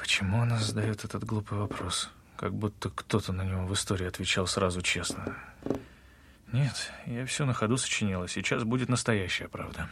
Почему она задает этот глупый вопрос? Как будто кто-то на него в истории отвечал сразу честно. Нет, я все на ходу сочинила. Сейчас будет настоящая правда.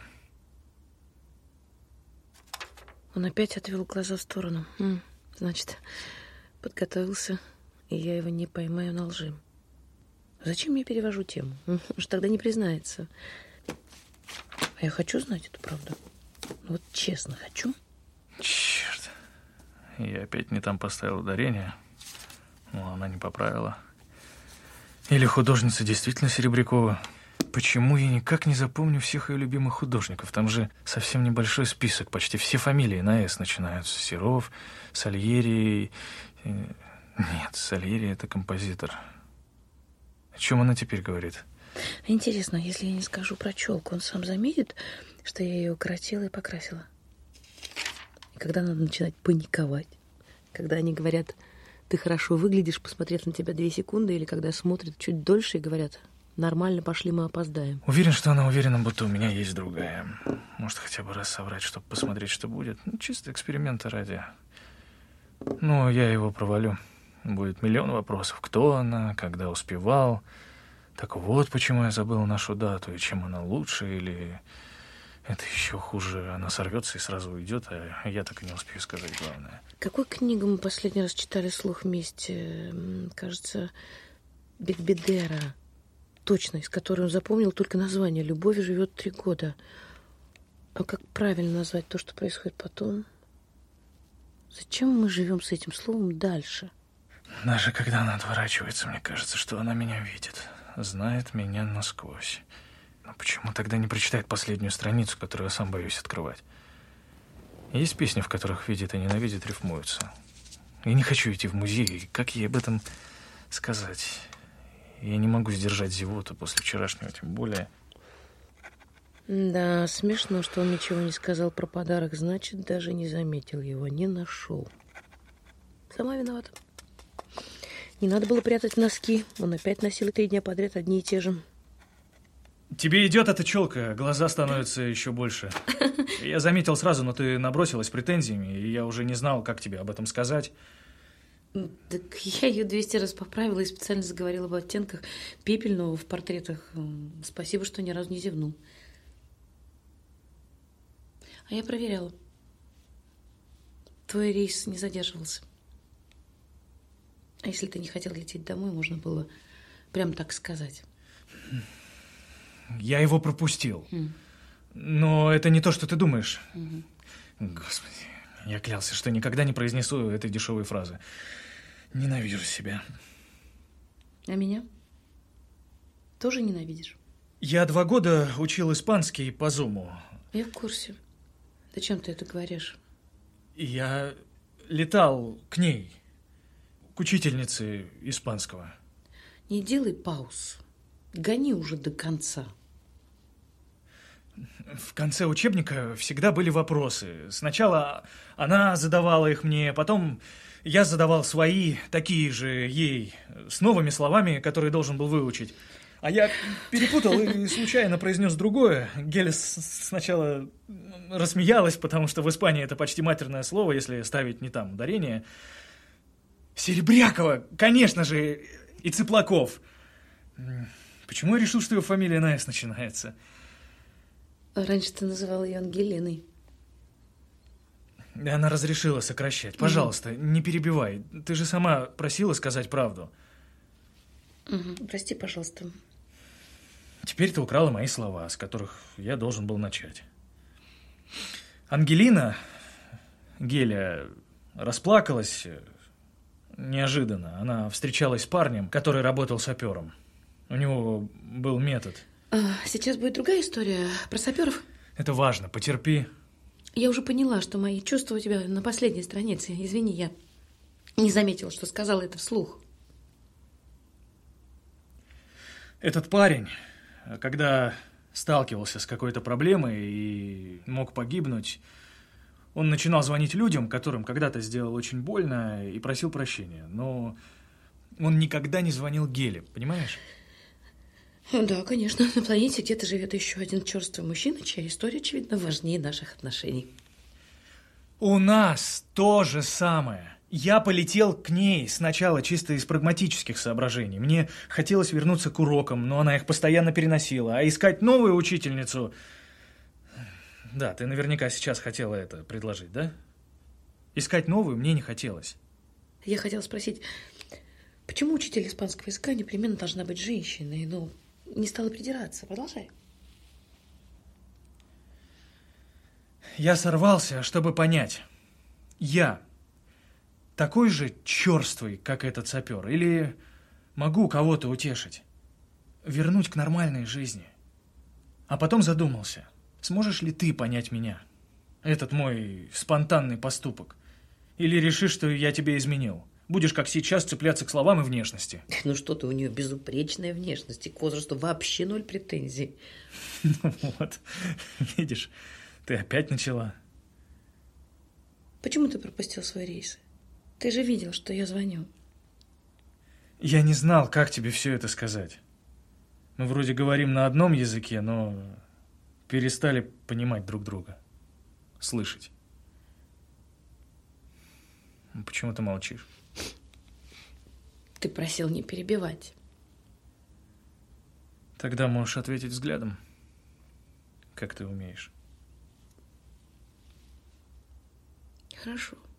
Он опять отвел глаза в сторону. Значит, подготовился, и я его не поймаю на лжи. Зачем я перевожу тему? Он же тогда не признается. А я хочу знать эту правду. Вот честно хочу. Черт. Я опять не там поставил ударение. Но она не поправила. Или художница действительно Серебрякова. Почему я никак не запомню всех ее любимых художников? Там же совсем небольшой список. Почти все фамилии на «С» начинаются. Серов, Сальери. Нет, Сальери — это композитор. О чем она теперь говорит? Интересно, если я не скажу про челку, он сам заметит, что я ее укоротила и покрасила? И когда надо начинать паниковать? Когда они говорят: ты хорошо выглядишь, посмотрев на тебя 2 секунды, или когда смотрят чуть дольше и говорят: нормально, пошли, мы опоздаем. Уверен, что она уверена, будто у меня есть другая. Может, хотя бы раз соврать, чтобы посмотреть, что будет. Чисто эксперимента ради. Ну, я его провалю. Будет миллион вопросов. Кто она, когда успевал. Так вот, почему я забыл нашу дату, и чем она лучше, или... Это еще хуже. Она сорвется и сразу уйдет, а я так и не успею сказать главное. Какую книгу мы последний раз читали вслух вместе? Кажется, Бекбедера. Точно, из которой он запомнил только название. «Любовь живет 3 года». А как правильно назвать то, что происходит потом? Зачем мы живем с этим словом дальше? Даже когда она отворачивается, мне кажется, что она меня видит. Знает меня насквозь. Но почему тогда не прочитает последнюю страницу, которую я сам боюсь открывать? Есть песни, в которых видит и ненавидит рифмуются. Я не хочу идти в музей. Как ей об этом сказать? Я не могу сдержать зевоту после вчерашнего, тем более. Да, смешно, что он ничего не сказал про подарок. Значит, даже не заметил его, не нашел. Сама виновата. Не надо было прятать носки. Он опять носил 3 дня подряд одни и те же. Тебе идет эта челка, глаза становятся еще больше. Я заметил сразу, но ты набросилась претензиями, и я уже не знал, как тебе об этом сказать. Так я ее 200 раз поправила и специально заговорила об оттенках пепельного в портретах. Спасибо, что ни разу не зевнул. А я проверяла. Твой рейс не задерживался. А если ты не хотел лететь домой, можно было прям так сказать. Я его пропустил. Но это не то, что ты думаешь. Господи, я клялся, что никогда не произнесу этой дешевой фразы. Ненавижу себя. А меня? Тоже ненавидишь? Я 2 года учил испанский по Зуму. Я в курсе. Зачем ты это говоришь? Я летал к ней, к учительнице испанского. Не делай пауз. Гони уже до конца. В конце учебника всегда были вопросы. Сначала она задавала их мне, потом я задавал свои, такие же ей, с новыми словами, которые должен был выучить. А я перепутал и случайно произнес другое. Геля сначала рассмеялась, потому что в Испании это почти матерное слово, если ставить не там ударение. Серебрякова, конечно же, и Цыплаков. Почему я решил, что ее фамилия на «С» начинается? Раньше ты называл ее Ангелиной. И она разрешила сокращать. Пожалуйста, не перебивай. Ты же сама просила сказать правду. Прости, пожалуйста. Теперь ты украла мои слова, с которых я должен был начать. Ангелина, Геля, расплакалась неожиданно. Она встречалась с парнем, который работал сапером. У него был метод. Сейчас будет другая история про саперов. Это важно, потерпи. Я уже поняла, что мои чувства у тебя на последней странице. Извини, я не заметила, что сказала это вслух. Этот парень, когда сталкивался с какой-то проблемой и мог погибнуть, он начинал звонить людям, которым когда-то сделал очень больно, и просил прощения. Но он никогда не звонил Геле, понимаешь? Да, конечно. На планете где-то живет еще один черствый мужчина, чья история, очевидно, важнее наших отношений. У нас то же самое. Я полетел к ней сначала чисто из прагматических соображений. Мне хотелось вернуться к урокам, но она их постоянно переносила. А искать новую учительницу... Да, ты наверняка сейчас хотела это предложить, да? Искать новую мне не хотелось. Я хотела спросить, почему учитель испанского языка непременно должна быть женщиной? Ну, не стала придираться. Продолжай. Я сорвался, чтобы понять. Я такой же черствый, как этот сапер, или могу кого-то утешить, вернуть к нормальной жизни. А потом задумался, сможешь ли ты понять меня, этот мой спонтанный поступок, или решишь, что я тебе изменил? Будешь, как сейчас, цепляться к словам и внешности. Ну что ты, у нее безупречная внешность, и к возрасту вообще 0 претензий. Ну вот, видишь, ты опять начала. Почему ты пропустил свой рейс? Ты же видел, что я звоню. Я не знал, как тебе все это сказать. Мы вроде говорим на одном языке, но перестали понимать друг друга. Слышать. Почему ты молчишь? Ты просил не перебивать. Тогда можешь ответить взглядом, как ты умеешь. Хорошо.